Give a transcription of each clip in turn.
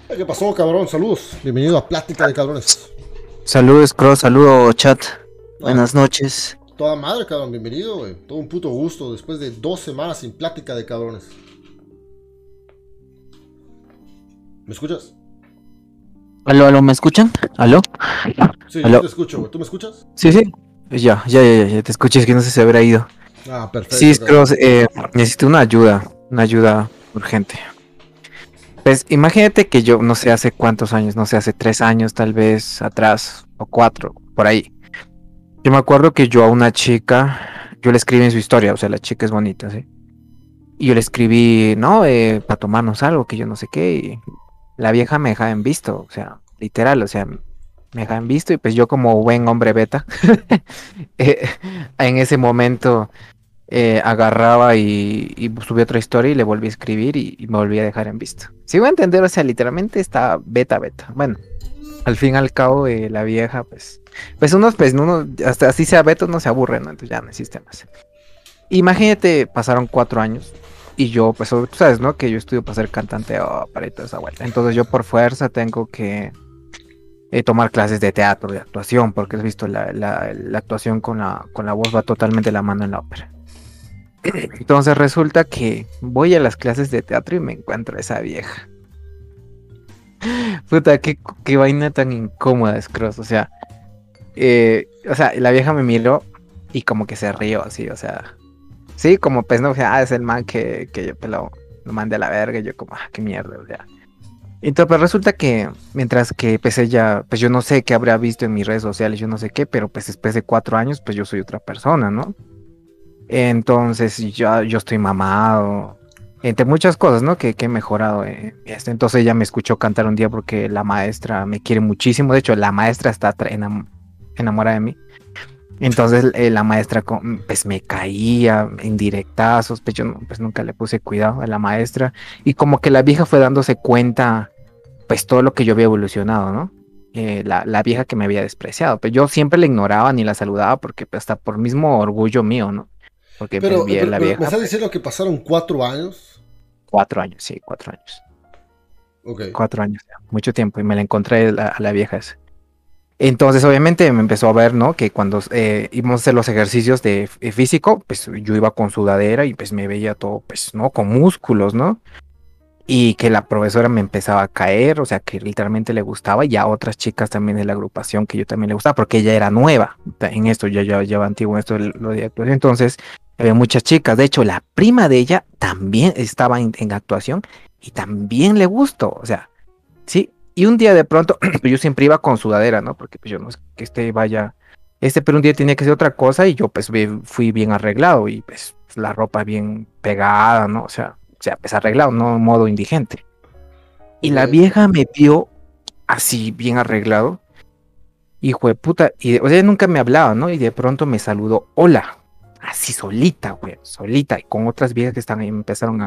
¿Qué pasó, cabrón? Saludos. Bienvenido a Plática de Cabrones. Saludos, Cross, saludo, chat. Ah, Buenas noches. toda madre, cabrón. Bienvenido, güey. Todo un puto gusto después de 2 semanas sin Plática de Cabrones. ¿Me escuchas? Aló, aló, ¿me escuchan? ¿Aló? Sí, yo ¿Aló? te escucho, güey. ¿Tú me escuchas? Sí, sí. Pues ya te escuché, es que no sé si se habrá ido. Ah, Sí, perfecto, cabrón. Cross, necesito una ayuda urgente. Pues imagínate que yo, no sé hace cuántos años, no sé, hace 3 años tal vez atrás, o 4, por ahí. Yo me acuerdo que yo a una chica, yo le escribí en su historia, o sea, la chica es bonita, ¿sí? Y yo le escribí, no, para tomarnos algo, que yo no sé qué, y la vieja me dejaba en visto, o sea, literal, o sea, me dejaba en visto y pues yo como buen hombre beta, eh, en ese momento agarraba y subí otra historia y le volví a escribir y me volví a dejar en visto. Si voy a entender, o sea, literalmente está beta. Bueno, al fin y al cabo, la vieja, uno, hasta así sea beta, no se aburre, ¿no? Entonces ya no existe más. Imagínate, pasaron 4 años y yo, pues tú sabes, ¿no? Que yo estudio para ser cantante o para ir toda esa vuelta. Entonces yo por fuerza tengo que tomar clases de teatro, de actuación, porque has visto la actuación con la voz va totalmente de la mano en la ópera. Entonces resulta que voy a las clases de teatro y me encuentro a esa vieja. Puta, qué vaina tan incómoda es Cross. O sea, la vieja me miró y como que se rió así, o sea. Sí, como pues no, o sea, es el man que yo pues, lo mandé a la verga y yo como, qué mierda, o sea. Entonces, pues resulta que mientras que pues ella, pues yo no sé qué habría visto en mis redes sociales, yo no sé qué, pero pues después de 4 años, pues yo soy otra persona, ¿no? Entonces yo estoy mamado, entre muchas cosas, ¿no? Que he mejorado. Entonces ella me escuchó cantar un día porque la maestra me quiere muchísimo, de hecho la maestra está enamorada de mí. Entonces la maestra pues me caía en directazos, pues yo pues nunca le puse cuidado a la maestra y como que la vieja fue dándose cuenta pues todo lo que yo había evolucionado, ¿no? La vieja que me había despreciado, pues yo siempre la ignoraba ni la saludaba porque pues, hasta por mismo orgullo mío, ¿no? Porque pues Pero, vi a pero, la pero me vieja estás pues diciendo que pasaron 4 años. 4 años, sí, 4 años, Ok. 4 años, ya, mucho tiempo y me la encontré a la vieja esa. Entonces, obviamente, me empezó a ver, ¿no? Que cuando íbamos a hacer los ejercicios de físico, pues yo iba con sudadera y pues me veía todo, pues, ¿no? Con músculos, ¿no? Y que la profesora me empezaba a caer, o sea, que literalmente le gustaba, y a otras chicas también de la agrupación que yo también le gustaba, porque ella era nueva en esto, ya lleva antiguo en esto de lo de actuación. Entonces, había muchas chicas. De hecho, la prima de ella también estaba en actuación y también le gustó, o sea. Sí, y un día de pronto, pues yo siempre iba con sudadera, ¿no? Porque pues yo no es que vaya, pero un día tenía que hacer otra cosa y yo pues fui bien arreglado y pues la ropa bien pegada, ¿no? O sea, pues arreglado, no en modo indigente. Y Ok. la vieja me vio así bien arreglado, hijo de puta, y o sea, ella nunca me hablaba, ¿no? Y de pronto me saludó, hola, así solita, güey, solita, y con otras viejas que están ahí me empezaron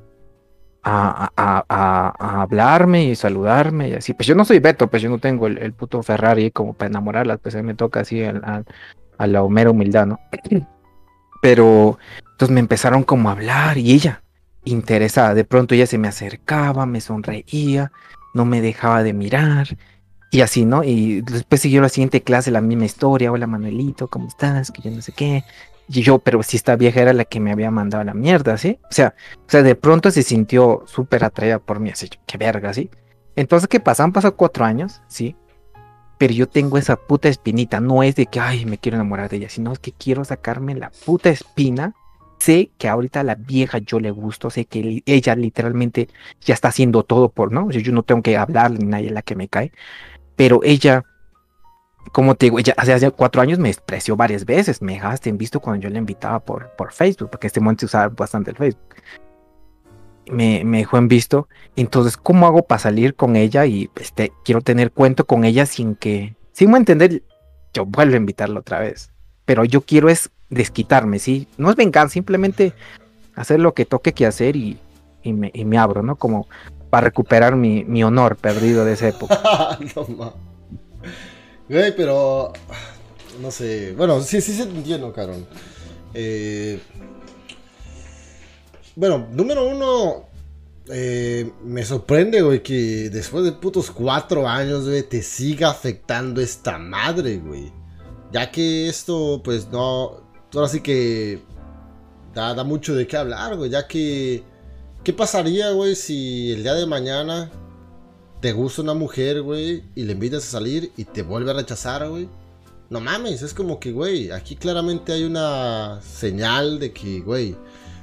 a hablarme y saludarme y así. Pues yo no soy Beto, pues yo no tengo el puto Ferrari como para enamorarlas, pues a mí me toca así a la mera humildad, ¿no? Pero entonces me empezaron como a hablar y ella, interesada, de pronto ella se me acercaba, me sonreía, no me dejaba de mirar y así, ¿no? Y después siguió la siguiente clase, la misma historia, hola Manuelito, ¿cómo estás? Que yo no sé qué. Y yo, pero si esta vieja era la que me había mandado a la mierda, ¿sí? O sea, de pronto se sintió súper atraída por mí, así, qué verga, ¿sí? Entonces, ¿qué pasa? Han pasado 4 años, ¿sí? Pero yo tengo esa puta espinita, no es de que, ay, me quiero enamorar de ella, sino es que quiero sacarme la puta espina. Sé que ahorita a la vieja yo le gusto, sé que ella literalmente ya está haciendo todo por, ¿no? O sea, yo no tengo que hablarle ni nadie la que me cae, pero ella, como te digo, ella hace 4 años me despreció varias veces, me dejaste en visto cuando yo la invitaba por Facebook, porque en este momento se usaba bastante el Facebook. Me dejó en visto. Entonces, ¿cómo hago para salir con ella? Y quiero tener cuento con ella sin me entender, yo vuelvo a invitarla otra vez. Pero yo quiero es desquitarme, ¿sí? No es venganza, simplemente hacer lo que toque que hacer y me abro, ¿no? Como para recuperar mi honor perdido de esa época. No mames. Güey, pero. No sé. Bueno, sí, sí, se entiendo, cabrón. Eh, bueno, número uno. Me sorprende, güey, que después de putos 4 años, güey, te siga afectando esta madre, güey. Ya que esto, pues no. Ahora sí que da mucho de qué hablar, güey. Ya que. ¿Qué pasaría, güey, si el día de mañana te gusta una mujer, güey, y le invitas a salir y te vuelve a rechazar, güey? No mames, es como que, güey, aquí claramente hay una señal de que, güey,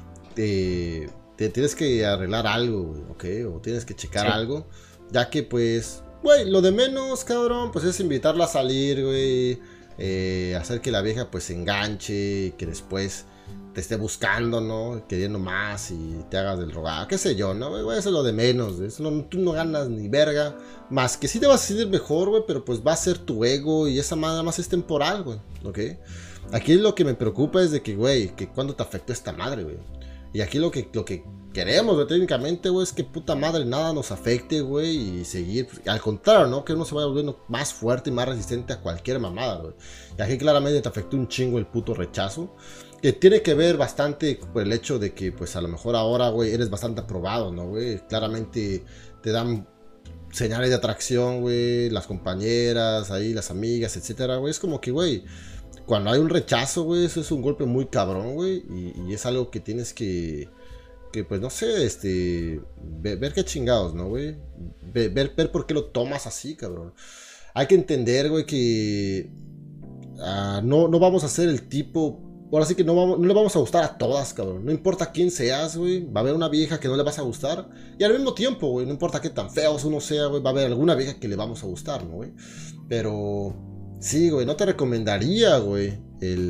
te tienes que arreglar algo, güey, ¿ok? O tienes que checar Sí. algo, ya que, pues, güey, lo de menos, cabrón, pues es invitarla a salir, güey, hacer que la vieja, pues, se enganche y que después te esté buscando, ¿no? Queriendo más y te hagas del rogado, qué sé yo, ¿no? Güey, eso es lo de menos, güey. Eso no, tú no ganas ni verga, más que sí te vas a sentir mejor, güey, pero pues va a ser tu ego y esa madre más es temporal, güey, ¿ok? Aquí lo que me preocupa es de que, güey, que cuando te afectó esta madre, güey. Y aquí lo que queremos, güey, técnicamente, güey, es que puta madre nada nos afecte, güey, y seguir. Pues, al contrario, ¿no? Que uno se vaya volviendo más fuerte y más resistente a cualquier mamada, güey. Y aquí claramente te afectó un chingo el puto rechazo. Que tiene que ver bastante por el hecho de que, pues a lo mejor ahora, güey, eres bastante aprobado, ¿no, güey? Claramente te dan señales de atracción, güey, las compañeras, ahí, las amigas, etcétera, güey. Es como que, güey, cuando hay un rechazo, güey, eso es un golpe muy cabrón, güey. Y es algo que tienes que pues no sé, ver qué chingados, ¿no, güey? Ver por qué lo tomas así, cabrón. Hay que entender, güey, que no vamos a ser el tipo. Ahora sí que no le vamos a gustar a todas, cabrón. No importa quién seas, güey. Va a haber una vieja que no le vas a gustar. Y al mismo tiempo, güey, no importa qué tan feos uno sea, güey, va a haber alguna vieja que le vamos a gustar, ¿no, güey? Pero sí, güey, no te recomendaría, güey,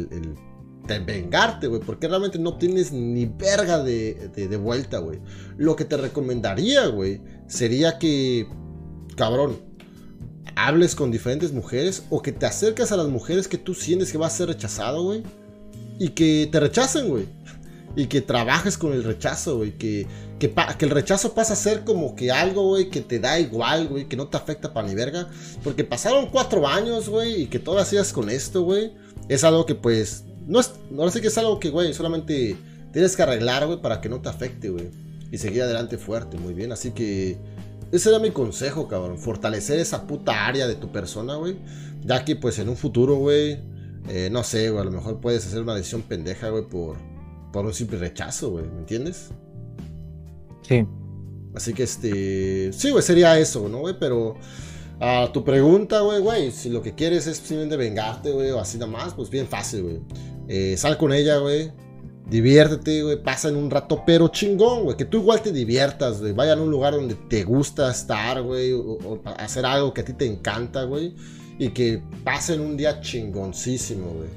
el vengarte, güey, porque realmente no tienes ni verga de vuelta, güey. Lo que te recomendaría, güey, sería que, cabrón, hables con diferentes mujeres o que te acerques a las mujeres que tú sientes que vas a ser rechazado, güey. Y que te rechacen, güey. Y que trabajes con el rechazo, güey. Que el rechazo pasa a ser como que algo, güey, que te da igual, güey. Que no te afecta para ni verga. Porque pasaron 4 años, güey. Y que todavía sigas con esto, güey. Es algo que, pues, no sé que es algo que, güey, solamente tienes que arreglar, güey, para que no te afecte, güey. Y seguir adelante fuerte, muy bien. Así que ese era mi consejo, cabrón. Fortalecer esa puta área de tu persona, güey. Ya que, pues, en un futuro, güey, no sé, güey, a lo mejor puedes hacer una decisión pendeja, güey, por un simple rechazo, güey, ¿me entiendes? Sí. Así que, sí, güey, sería eso, ¿no, güey? Pero a tu pregunta, güey, si lo que quieres es simplemente vengarte, güey, o así nada más, pues bien fácil, güey. Sal con ella, güey. Diviértete, güey, pasen un rato, pero chingón, güey, que tú igual te diviertas, güey. Vayan a un lugar donde te gusta estar, güey, o hacer algo que a ti te encanta, güey. Y que pasen un día chingoncísimo, güey.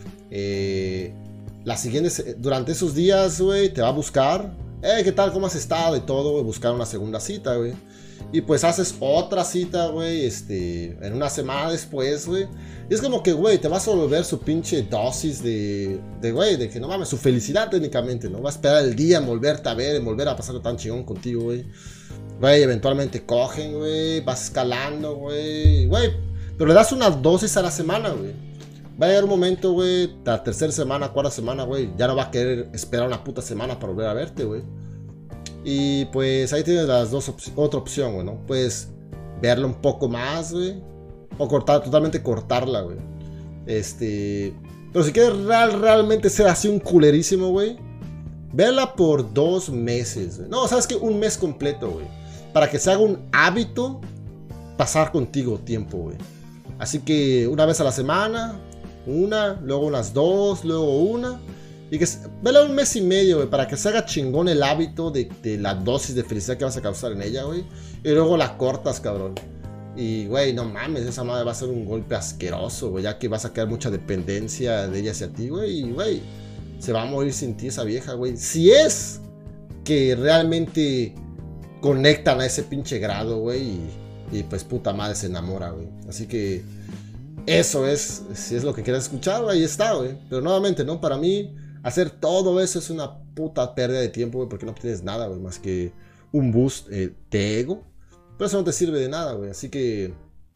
Durante esos días, güey, te va a buscar. ¿Qué tal? ¿Cómo has estado? Y todo, güey, buscar una segunda cita, güey. Y pues haces otra cita, güey, en una semana después, güey. Y es como que, güey, te vas a volver su pinche dosis güey, de que no mames, su felicidad técnicamente, ¿no? Va a esperar el día en volverte a ver, en volver a pasarlo tan chingón contigo, güey. Güey, eventualmente cogen, güey, vas escalando, güey, pero le das una dosis a la semana, güey. Va a llegar un momento, güey, la tercera semana, cuarta semana, güey, ya no va a querer esperar una puta semana para volver a verte, güey. Y pues ahí tienes otra opción, güey, ¿no? Puedes verla un poco más, güey. O totalmente cortarla, güey. Pero si quieres realmente ser así un culerísimo, güey, verla por 2 meses, güey. No, ¿sabes qué? Un mes completo, güey. Para que se haga un hábito pasar contigo tiempo, güey. Así que una vez a la semana, luego unas 2, luego una. Y que vela un mes y medio, güey, para que se haga chingón el hábito de la dosis de felicidad que vas a causar en ella, güey. Y luego la cortas, cabrón. Y, güey, no mames, esa madre va a ser un golpe asqueroso, güey, ya que vas a crear mucha dependencia de ella hacia ti, güey. Y, güey, se va a morir sin ti esa vieja, güey. Si es que realmente conectan a ese pinche grado, güey. Y pues puta madre se enamora, güey. Así que eso es, si es lo que quieres escuchar, ahí está, güey. Pero nuevamente, ¿no? Para mí, hacer todo eso es una puta pérdida de tiempo, güey, porque no tienes nada, güey, más que un boost de ego. Pero eso no te sirve de nada, güey. Así que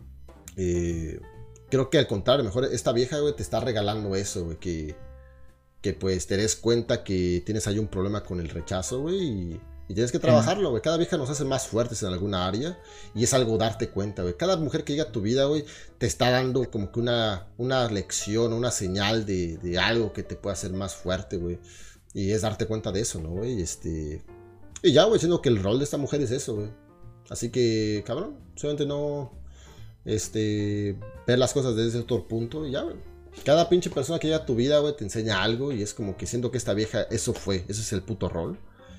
creo que al contrario, mejor esta vieja, güey, te está regalando eso, güey. Que pues te des cuenta que tienes ahí un problema con el rechazo, güey. Y tienes que trabajarlo, güey. Cada vieja nos hace más fuertes en alguna área. Y es algo darte cuenta, güey. Cada mujer que llega a tu vida, güey, te está dando como que una lección, una señal de algo que te puede hacer más fuerte, güey. Y es darte cuenta de eso, ¿no, güey? Y ya, güey, siendo que el rol de esta mujer es eso, güey. Así que, cabrón, solamente no, ver las cosas desde otro punto y ya, güey. Cada pinche persona que llega a tu vida, güey, te enseña algo y es como que siento que esta vieja, eso fue, ese es el puto rol.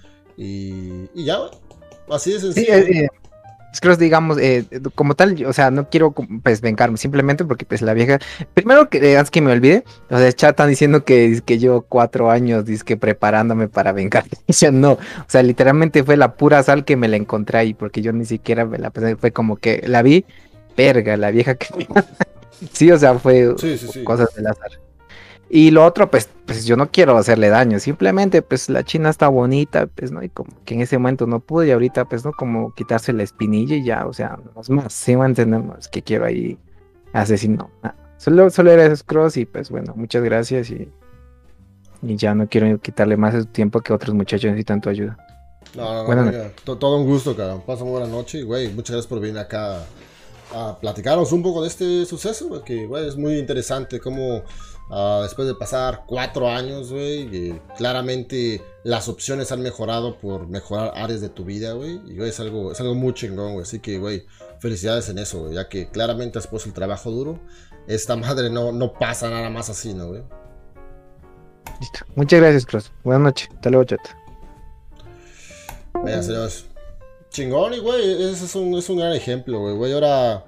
Y ya, güey, así de Sí, sencillo. creo, digamos, como tal, o sea, no quiero pues vengarme, simplemente porque pues la vieja, primero que antes que me olvide, o sea, chat están diciendo que yo 4 años, que preparándome para vengarme. Yo no, o sea, literalmente fue la pura sal que me la encontré ahí, porque yo ni siquiera me la pensé, fue como que la vi, verga, la vieja que sí, o sea, fue Sí, sí, sí. cosas del azar. Y lo otro, pues yo no quiero hacerle daño, simplemente pues la china está bonita, pues no, y como que en ese momento no pude y ahorita pues no, como quitarse la espinilla y ya, o sea, no es más, sí me entendemos que quiero ahí asesinar. Solo era esos cross y pues bueno, muchas gracias y ya no quiero quitarle más de su tiempo que otros muchachos necesitan tu ayuda. No, no, no, Buenas noches. venga. Todo un gusto, cabrón. Pasa muy buena noche y, güey, muchas gracias por venir acá a platicarnos un poco de este suceso, güey, que, güey, es muy interesante cómo después de pasar 4 años, güey, claramente las opciones han mejorado por mejorar áreas de tu vida, güey, y, güey, es algo muy chingón, güey, así que, güey, felicidades en eso, güey, ya que claramente has puesto el trabajo duro, esta madre no pasa nada más así, ¿no, güey? Listo. Muchas gracias, Cross. Buenas noches. Hasta luego, chat. Venga, señores. Chingón, y, güey, ese es un gran ejemplo, güey, ahora,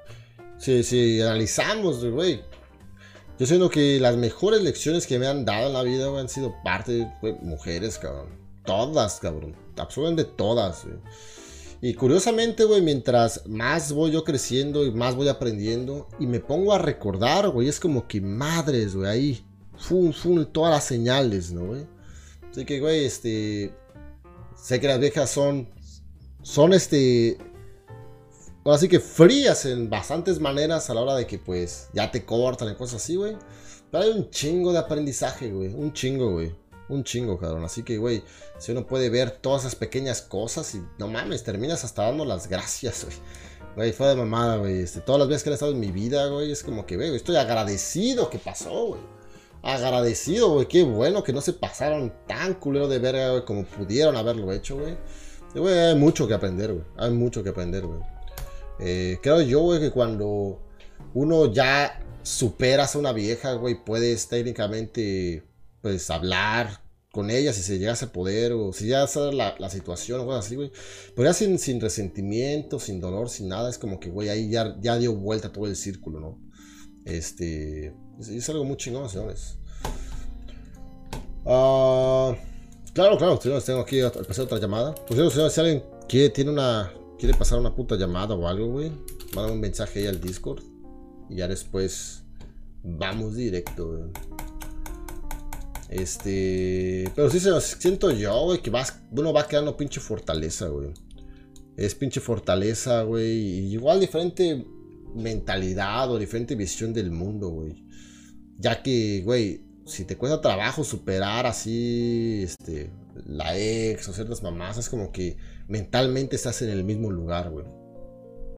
si analizamos, güey, yo siento que las mejores lecciones que me han dado en la vida, güey, han sido parte de, güey, mujeres, cabrón. Todas, cabrón. Absolutamente todas, güey. Y curiosamente, güey, mientras más voy yo creciendo y más voy aprendiendo, y me pongo a recordar, güey, es como que madres, güey, ahí. Todas las señales, ¿no, güey? Así que, güey, sé que las viejas son, ahora sí que frías en bastantes maneras a la hora de que pues ya te cortan y cosas así, güey. Pero hay un chingo de aprendizaje, güey. Un chingo, güey. Un chingo, cabrón. Así que, güey, si uno puede ver todas esas pequeñas cosas y no mames, terminas hasta dando las gracias, güey. Güey, fue de mamada, güey. Todas las veces que han estado en mi vida, güey, es como que, güey, estoy agradecido que pasó, güey. Agradecido, güey. Qué bueno que no se pasaron tan culero de verga, güey, como pudieron haberlo hecho, güey. Güey, hay mucho que aprender, güey. Hay mucho que aprender, güey. Creo yo, güey, que cuando uno ya superas a una vieja, güey, puedes técnicamente, pues, hablar con ella si se llegase a poder, o si ya sabes la situación, o cosas así, güey. Pero ya sin resentimiento, sin dolor, sin nada, es como que, güey, ahí ya dio vuelta todo el círculo, ¿no? Es algo muy chingón, señores. Claro, señores, tengo aquí al pasar otra llamada. Por cierto, señores, si alguien quiere pasar una puta llamada o algo, güey, manda un mensaje ahí al Discord. Y ya después vamos directo, güey. Pero sí siento yo, güey, que uno va creando pinche fortaleza, güey. Es pinche fortaleza, güey. Y igual diferente mentalidad o diferente visión del mundo, güey. Ya que, güey, si te cuesta trabajo superar así, la ex o ciertas mamás, es como que mentalmente estás en el mismo lugar, güey.